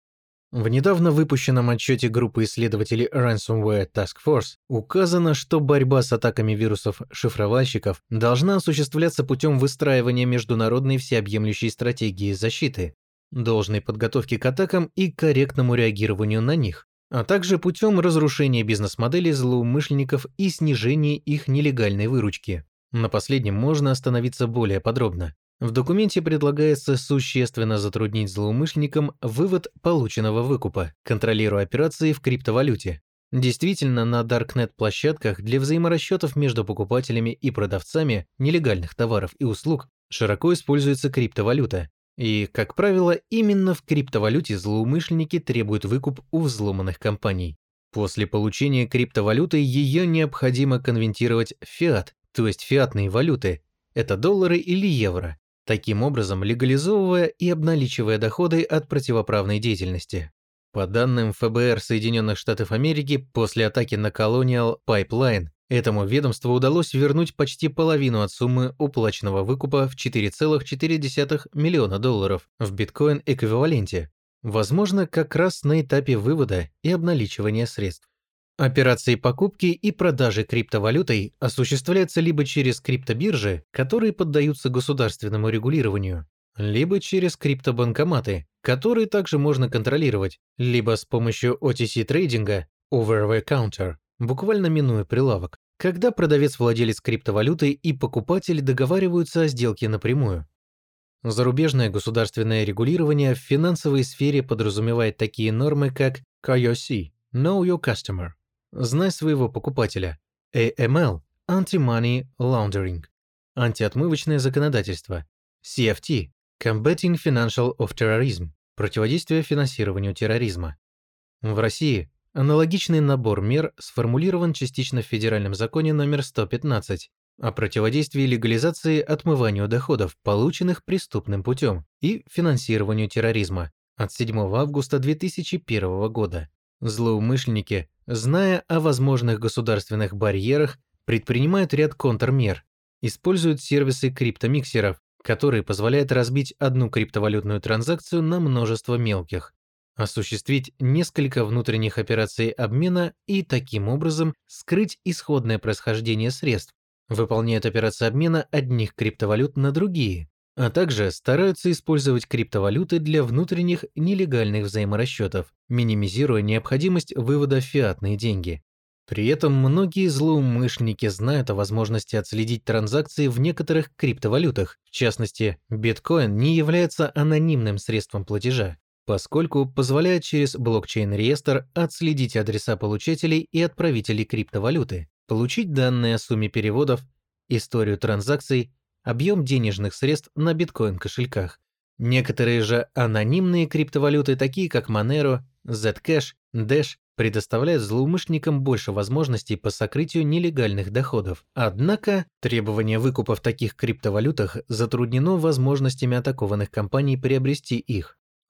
S1: В недавно выпущенном отчете группы исследователей Ransomware Task Force указано, что борьба с атаками вирусов-шифровальщиков должна осуществляться путем выстраивания международной всеобъемлющей стратегии защиты, должной подготовки к атакам и корректному реагированию на них, а также путем разрушения бизнес-моделей злоумышленников и снижения их нелегальной выручки. На последнем можно остановиться более подробно. В документе предлагается существенно затруднить злоумышленникам вывод полученного выкупа, контролируя операции в криптовалюте. Действительно, на даркнет-площадках для взаиморасчетов между покупателями и продавцами нелегальных товаров и услуг широко используется криптовалюта. И, как правило, именно в криптовалюте злоумышленники требуют выкуп у взломанных компаний. После получения криптовалюты ее необходимо конвертировать в фиат, то есть фиатные валюты, это доллары или евро, таким образом легализовывая и обналичивая доходы от противоправной деятельности. По данным эф бэ эр Соединенных Штатов Америки, после атаки на Colonial Pipeline этому ведомству удалось вернуть почти половину от суммы уплаченного выкупа в четыре целых четыре десятых миллиона долларов в биткоин-эквиваленте, возможно, как раз на этапе вывода и обналичивания средств. Операции покупки и продажи криптовалютой осуществляются либо через криптобиржи, которые поддаются государственному регулированию, либо через криптобанкоматы, которые также можно контролировать, либо с помощью о ти си-трейдинга, over the counter, буквально минуя прилавок, когда продавец-владелец криптовалюты и покупатель договариваются о сделке напрямую. Зарубежное государственное регулирование в финансовой сфере подразумевает такие нормы, как кей о си – Know Your Customer, знай своего покупателя, эй эм эл – Anti-Money Laundering, антиотмывочное законодательство, си эф ти – Combating Financial of Terrorism, противодействие финансированию терроризма. В России аналогичный набор мер сформулирован частично в Федеральном законе номер сто пятнадцать о противодействии легализации отмыванию доходов, полученных преступным путем, и финансированию терроризма от седьмого августа две тысячи первого года. Злоумышленники, зная о возможных государственных барьерах, предпринимают ряд контрмер, используют сервисы криптомиксеров, которые позволяют разбить одну криптовалютную транзакцию на множество мелких, осуществить несколько внутренних операций обмена и таким образом скрыть исходное происхождение средств, выполняют операции обмена одних криптовалют на другие, а также стараются использовать криптовалюты для внутренних нелегальных взаиморасчетов, минимизируя необходимость вывода в фиатные деньги. При этом многие злоумышленники знают о возможности отследить транзакции в некоторых криптовалютах, в частности, биткоин не является анонимным средством платежа, поскольку позволяет через блокчейн-реестр отследить адреса получателей и отправителей криптовалюты, получить данные о сумме переводов, историю транзакций, объем денежных средств на биткоин-кошельках. Некоторые же анонимные криптовалюты, такие как Monero, Zcash, Dash, предоставляют злоумышленникам больше возможностей по сокрытию нелегальных доходов. Однако, требование выкупа в таких криптовалютах затруднено возможностями атакованных компаний приобрести их.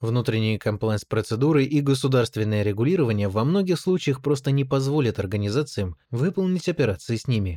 S1: Внутренние комплаенс-процедуры и государственное регулирование во многих случаях просто не позволят организациям выполнить операции с ними.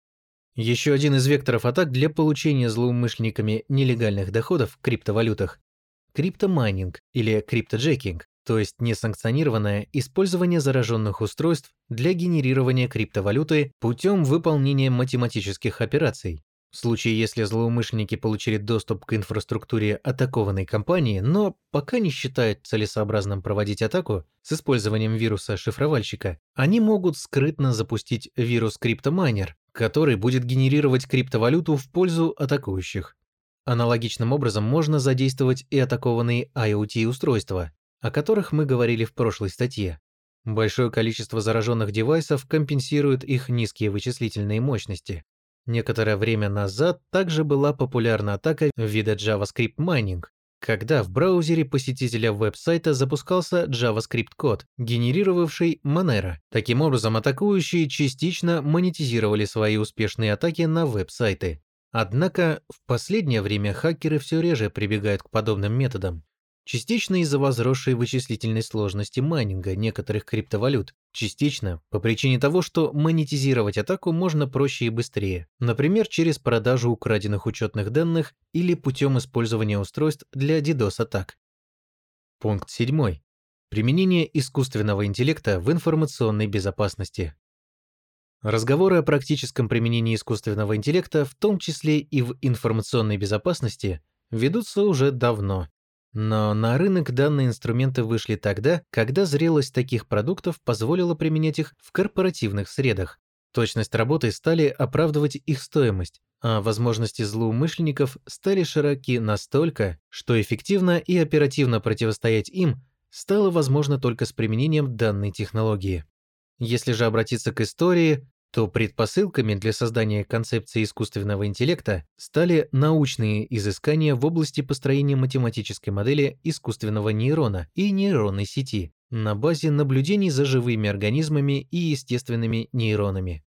S1: Еще один из векторов атак для получения злоумышленниками нелегальных доходов в криптовалютах – криптомайнинг или криптоджекинг, то есть несанкционированное использование зараженных устройств для генерирования криптовалюты путем выполнения математических операций. В случае, если злоумышленники получили доступ к инфраструктуре атакованной компании, но пока не считают целесообразным проводить атаку с использованием вируса-шифровальщика, они могут скрытно запустить вирус криптомайнер, который будет генерировать криптовалюту в пользу атакующих. Аналогичным образом можно задействовать и атакованные IoT-устройства, о которых мы говорили в прошлой статье. Большое количество зараженных девайсов компенсирует их низкие вычислительные мощности. Некоторое время назад также была популярна атака вида JavaScript Mining, когда в браузере посетителя веб-сайта запускался JavaScript-код, генерировавший Monero. Таким образом, атакующие частично монетизировали свои успешные атаки на веб-сайты. Однако в последнее время хакеры все реже прибегают к подобным методам. Частично из-за возросшей вычислительной сложности майнинга некоторых криптовалют, частично по причине того, что монетизировать атаку можно проще и быстрее, например, через продажу украденных учетных данных или путем использования устройств для DDoS-атак. Пункт седьмой. Применение искусственного интеллекта в информационной безопасности. Разговоры о практическом применении искусственного интеллекта, в том числе и в информационной безопасности, ведутся уже давно. Но на рынок данные инструменты вышли тогда, когда зрелость таких продуктов позволила применять их в корпоративных средах. Точность работы стали оправдывать их стоимость, а возможности злоумышленников стали широки настолько, что эффективно и оперативно противостоять им стало возможно только с применением данной технологии. Если же обратиться к истории, то предпосылками для создания концепции искусственного интеллекта стали научные изыскания в области построения математической модели искусственного нейрона и нейронной сети на базе наблюдений за живыми организмами и естественными нейронами.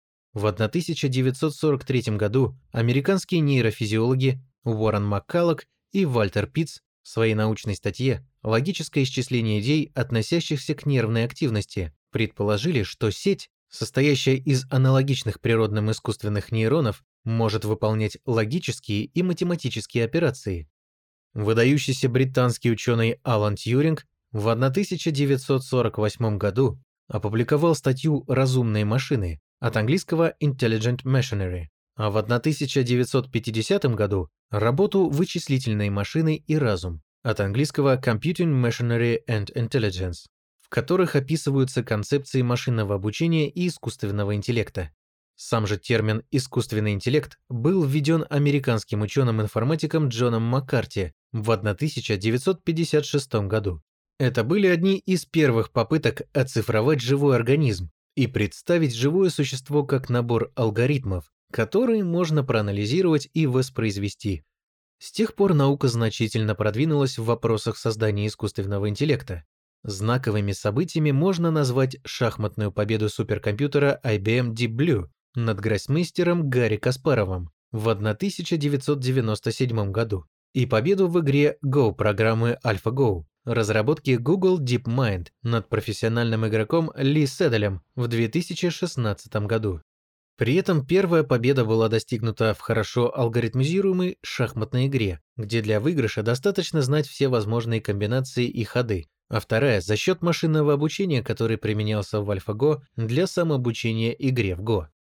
S1: В тысяча девятьсот сорок третьем году американские нейрофизиологи Уоррен Маккаллок и Вальтер Питц в своей научной статье «Логическое исчисление идей, относящихся к нервной активности» предположили, что сеть, состоящая из аналогичных природным искусственных нейронов, может выполнять логические и математические операции. Выдающийся британский ученый Алан Тьюринг в тысяча девятьсот сорок восьмом году опубликовал статью «Разумные машины» от английского Intelligent Machinery, а в тысяча девятьсот пятидесятом году работу «Вычислительные машины и разум» от английского Computing Machinery and Intelligence, в которых описываются концепции машинного обучения и искусственного интеллекта. Сам же термин «искусственный интеллект» был введен американским ученым-информатиком Джоном Маккарти в тысяча девятьсот пятьдесят шестом году. Это были одни из первых попыток оцифровать живой организм и представить живое существо как набор алгоритмов, которые можно проанализировать и воспроизвести. С тех пор наука значительно продвинулась в вопросах создания искусственного интеллекта. Знаковыми событиями можно назвать шахматную победу суперкомпьютера ай би эм Deep Blue над гроссмейстером Гарри Каспаровым в тысяча девятьсот девяносто седьмом году и победу в игре Go программы AlphaGo, разработки Google DeepMind над профессиональным игроком Ли Седолем в две тысячи шестнадцатом году. При этом первая победа была достигнута в хорошо алгоритмизируемой шахматной игре, где для выигрыша достаточно знать все возможные комбинации и ходы, а вторая за счет машинного обучения, который применялся в AlphaGo для самообучения игре в Go.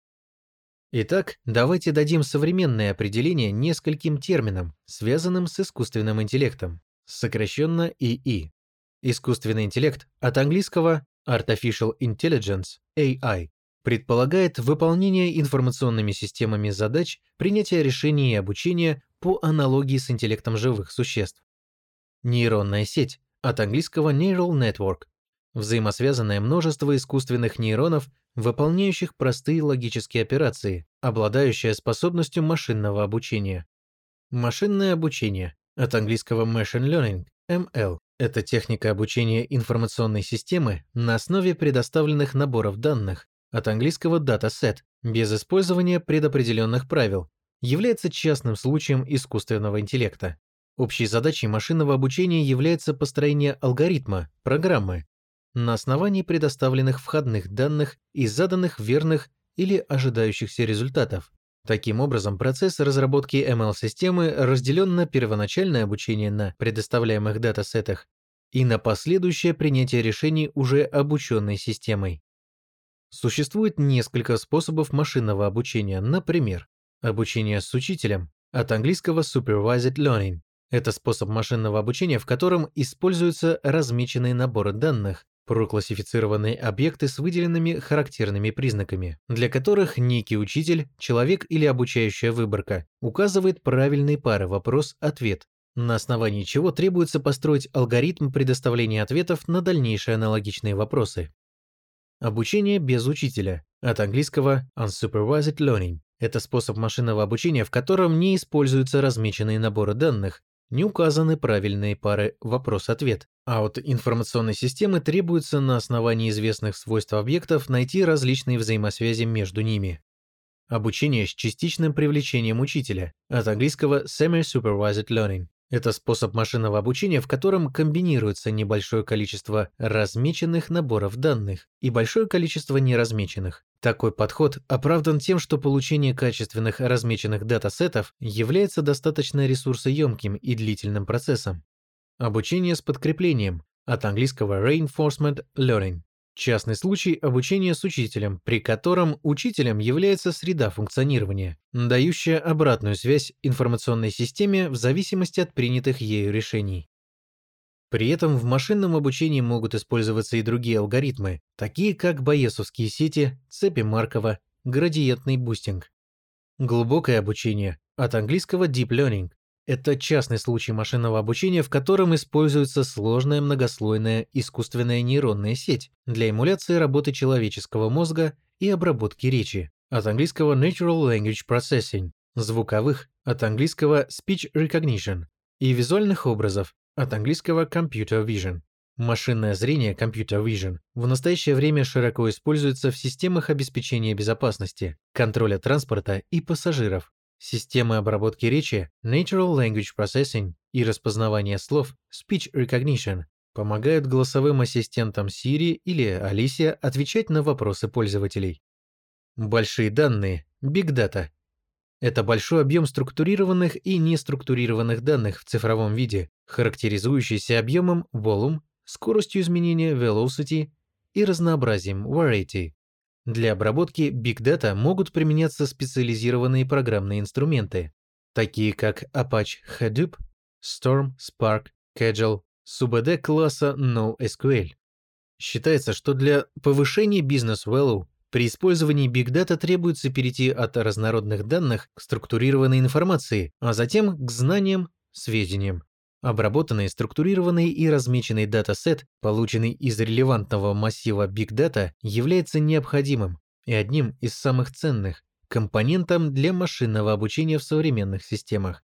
S1: Итак, давайте дадим современное определение нескольким терминам, связанным с искусственным интеллектом, сокращенно и и. Искусственный интеллект от английского Artificial Intelligence, эй ай, предполагает выполнение информационными системами задач, принятие решений и обучения по аналогии с интеллектом живых существ. Нейронная сеть от английского Neural Network – взаимосвязанное множество искусственных нейронов, выполняющих простые логические операции, обладающая способностью машинного обучения. Машинное обучение от английского Machine Learning, эм эл – это техника обучения информационной системы на основе предоставленных наборов данных, от английского Dataset, без использования предопределенных правил, является частным случаем искусственного интеллекта. Общей задачей машинного обучения является построение алгоритма, программы, на основании предоставленных входных данных и заданных верных или ожидающихся результатов. Таким образом, процесс разработки эм эл-системы разделен на первоначальное обучение на предоставляемых датасетах и на последующее принятие решений уже обученной системой. Существует несколько способов машинного обучения, например, обучение с учителем, от английского supervised learning. Это способ машинного обучения, в котором используются размеченные наборы данных, проклассифицированные объекты с выделенными характерными признаками, для которых некий учитель, человек или обучающая выборка указывает правильные пары вопрос-ответ, на основании чего требуется построить алгоритм предоставления ответов на дальнейшие аналогичные вопросы. Обучение без учителя, от английского unsupervised learning. Это способ машинного обучения, в котором не используются размеченные наборы данных, не указаны правильные пары вопрос-ответ, а от информационной системы требуется на основании известных свойств объектов найти различные взаимосвязи между ними. Обучение с частичным привлечением учителя, от английского semi-supervised learning. Это способ машинного обучения, в котором комбинируется небольшое количество размеченных наборов данных и большое количество неразмеченных. Такой подход оправдан тем, что получение качественных размеченных датасетов является достаточно ресурсоемким и длительным процессом. Обучение с подкреплением, от английского reinforcement learning. Частный случай обучения с учителем, при котором учителем является среда функционирования, дающая обратную связь информационной системе в зависимости от принятых ею решений. При этом в машинном обучении могут использоваться и другие алгоритмы, такие как байесовские сети, цепи Маркова, градиентный бустинг. Глубокое обучение, от английского deep learning. Это частный случай машинного обучения, в котором используется сложная многослойная искусственная нейронная сеть для эмуляции работы человеческого мозга и обработки речи, от английского Natural Language Processing, звуковых, от английского Speech Recognition, и визуальных образов, от английского Computer Vision. Машинное зрение Computer Vision в настоящее время широко используется в системах обеспечения безопасности, контроля транспорта и пассажиров, системы обработки речи Natural Language Processing и распознавания слов Speech Recognition помогают голосовым ассистентам Siri или Alicia отвечать на вопросы пользователей. Большие данные Big Data – это большой объем структурированных и неструктурированных данных в цифровом виде, характеризующийся объемом Volume, скоростью изменения Velocity и разнообразием Variety. Для обработки Big Data могут применяться специализированные программные инструменты, такие как Apache Hadoop, Storm, Spark, Cagile, СУБД класса NoSQL. Считается, что для повышения бизнес-value при использовании Big Data требуется перейти от разнородных данных к структурированной информации, а затем к знаниям, сведениям. Обработанный, структурированный и размеченный датасет, полученный из релевантного массива Big Data, является необходимым и одним из самых ценных компонентом для машинного обучения в современных системах.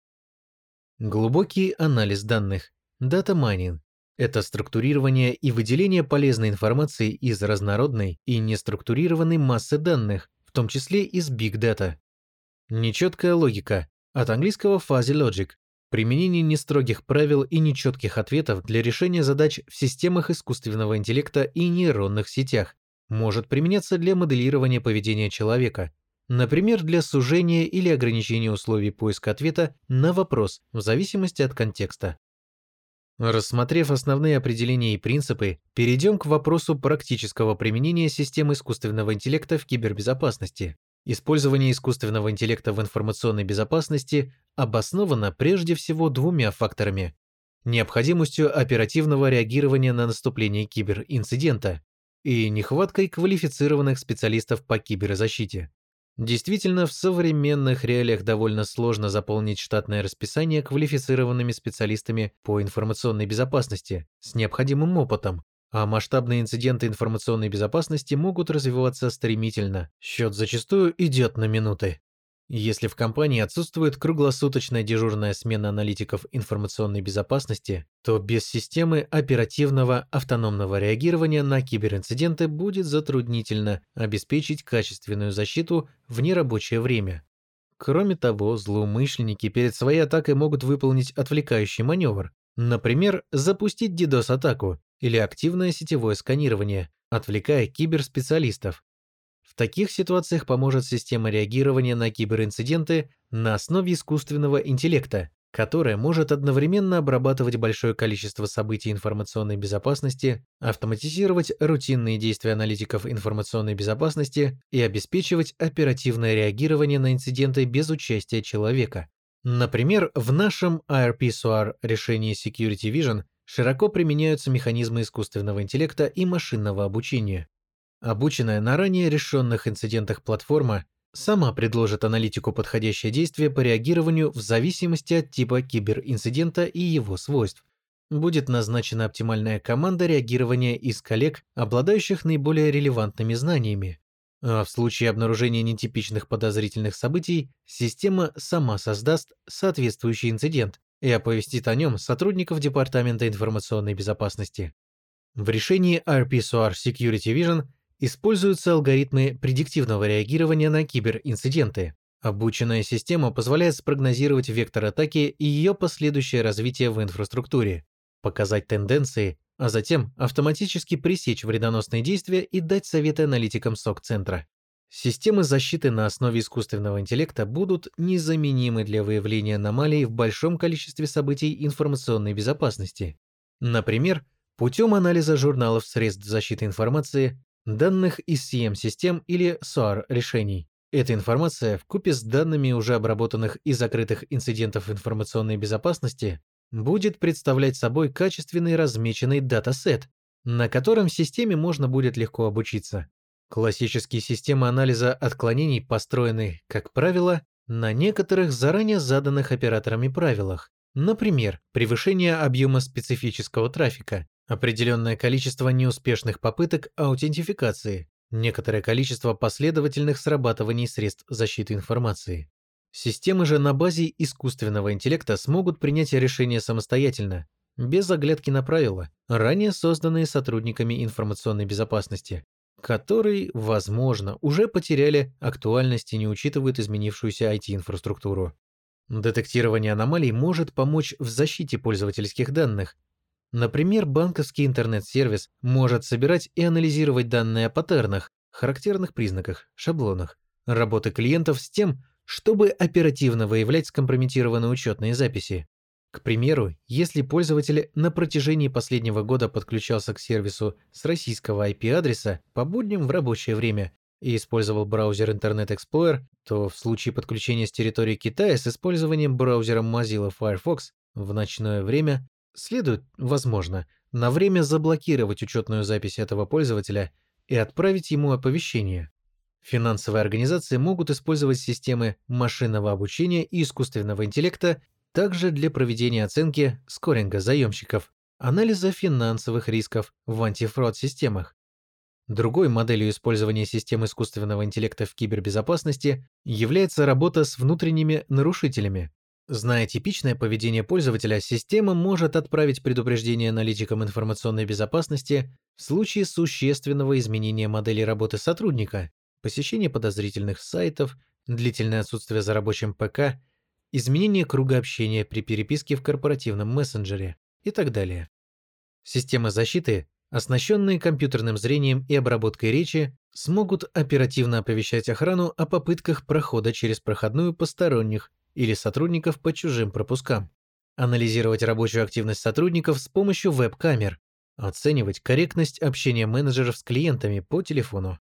S1: Глубокий анализ данных, Data Mining – это структурирование и выделение полезной информации из разнородной и неструктурированной массы данных, в том числе из Big Data. Нечеткая логика, от английского Fuzzy Logic. Применение нестрогих правил и нечетких ответов для решения задач в системах искусственного интеллекта и нейронных сетях может применяться для моделирования поведения человека, например, для сужения или ограничения условий поиска ответа на вопрос в зависимости от контекста. Рассмотрев основные определения и принципы, перейдем к вопросу практического применения систем искусственного интеллекта в кибербезопасности. Использование искусственного интеллекта в информационной безопасности обосновано прежде всего двумя факторами: необходимостью оперативного реагирования на наступление киберинцидента и нехваткой квалифицированных специалистов по киберзащите. Действительно, в современных реалиях довольно сложно заполнить штатное расписание квалифицированными специалистами по информационной безопасности с необходимым опытом, а масштабные инциденты информационной безопасности могут развиваться стремительно. Счет зачастую идет на минуты. Если в компании отсутствует круглосуточная дежурная смена аналитиков информационной безопасности, то без системы оперативного автономного реагирования на киберинциденты будет затруднительно обеспечить качественную защиту в нерабочее время. Кроме того, злоумышленники перед своей атакой могут выполнить отвлекающий маневр, например, запустить дидос-атаку или активное сетевое сканирование, отвлекая киберспециалистов. В таких ситуациях поможет система реагирования на киберинциденты на основе искусственного интеллекта, которая может одновременно обрабатывать большое количество событий информационной безопасности, автоматизировать рутинные действия аналитиков информационной безопасности и обеспечивать оперативное реагирование на инциденты без участия человека. Например, в нашем эй ар пи SOAR решении Security Vision широко применяются механизмы искусственного интеллекта и машинного обучения. Обученная на ранее решенных инцидентах платформа сама предложит аналитику подходящее действие по реагированию в зависимости от типа киберинцидента и его свойств. Будет назначена оптимальная команда реагирования из коллег, обладающих наиболее релевантными знаниями. А в случае обнаружения нетипичных подозрительных событий, система сама создаст соответствующий инцидент и оповестит о нем сотрудников Департамента информационной безопасности. В решении эй ар пи SOAR Security Vision используются алгоритмы предиктивного реагирования на киберинциденты. Обученная система позволяет спрогнозировать вектор атаки и ее последующее развитие в инфраструктуре, показать тенденции, а затем автоматически пресечь вредоносные действия и дать советы аналитикам сок-центра. Системы защиты на основе искусственного интеллекта будут незаменимы для выявления аномалий в большом количестве событий информационной безопасности. Например, путем анализа журналов средств защиты информации, данных из си эм-систем или SOAR решений. Эта информация, вкупе с данными уже обработанных и закрытых инцидентов информационной безопасности, будет представлять собой качественный размеченный датасет, на котором системе можно будет легко обучиться. Классические системы анализа отклонений построены, как правило, на некоторых заранее заданных операторами правилах, например, превышение объема специфического трафика, определенное количество неуспешных попыток аутентификации, некоторое количество последовательных срабатываний средств защиты информации. Системы же на базе искусственного интеллекта смогут принять решения самостоятельно, без оглядки на правила, ранее созданные сотрудниками информационной безопасности, которые, возможно, уже потеряли актуальность и не учитывают изменившуюся ай ти-инфраструктуру. Детектирование аномалий может помочь в защите пользовательских данных. Например, банковский интернет-сервис может собирать и анализировать данные о паттернах, характерных признаках, шаблонах, работы клиентов с тем, чтобы оперативно выявлять скомпрометированные учетные записи. К примеру, если пользователь на протяжении последнего года подключался к сервису с российского ай пи-адреса по будням в рабочее время и использовал браузер Internet Explorer, то в случае подключения с территории Китая с использованием браузера Mozilla Firefox в ночное время следует, возможно, на время заблокировать учетную запись этого пользователя и отправить ему оповещение. Финансовые организации могут использовать системы машинного обучения и искусственного интеллекта также для проведения оценки скоринга заемщиков, анализа финансовых рисков в антифрод-системах. Другой моделью использования систем искусственного интеллекта в кибербезопасности является работа с внутренними нарушителями. Зная типичное поведение пользователя, система может отправить предупреждение аналитикам информационной безопасности в случае существенного изменения модели работы сотрудника, посещения подозрительных сайтов, длительное отсутствие за рабочим ПК, изменение круга общения при переписке в корпоративном мессенджере и так далее. Системы защиты, оснащенные компьютерным зрением и обработкой речи, смогут оперативно оповещать охрану о попытках прохода через проходную посторонних или сотрудников по чужим пропускам, анализировать рабочую активность сотрудников с помощью веб-камер, оценивать корректность общения менеджеров с клиентами по телефону.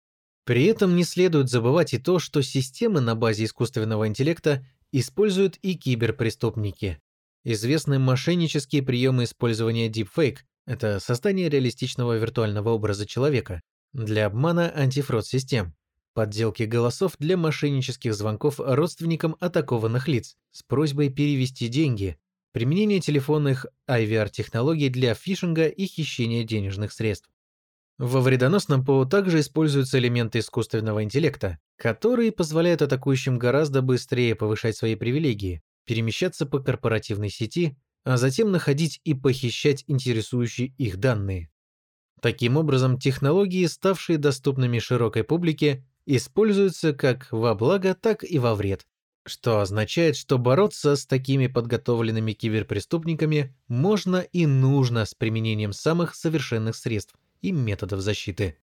S1: При этом не следует забывать и то, что системы на базе искусственного интеллекта используют и киберпреступники. Известны мошеннические приемы использования deepfake – это создание реалистичного виртуального образа человека для обмана антифрод-систем, подделки голосов для мошеннических звонков родственникам атакованных лиц с просьбой перевести деньги, применение телефонных ай ви ар-технологий для фишинга и хищения денежных средств. Во вредоносном ПО также используются элементы искусственного интеллекта, которые позволяют атакующим гораздо быстрее повышать свои привилегии, перемещаться по корпоративной сети, а затем находить и похищать интересующие их данные. Таким образом, технологии, ставшие доступными широкой публике, используются как во благо, так и во вред, что означает, что бороться с такими подготовленными киберпреступниками можно и нужно с применением самых совершенных средств и методов защиты.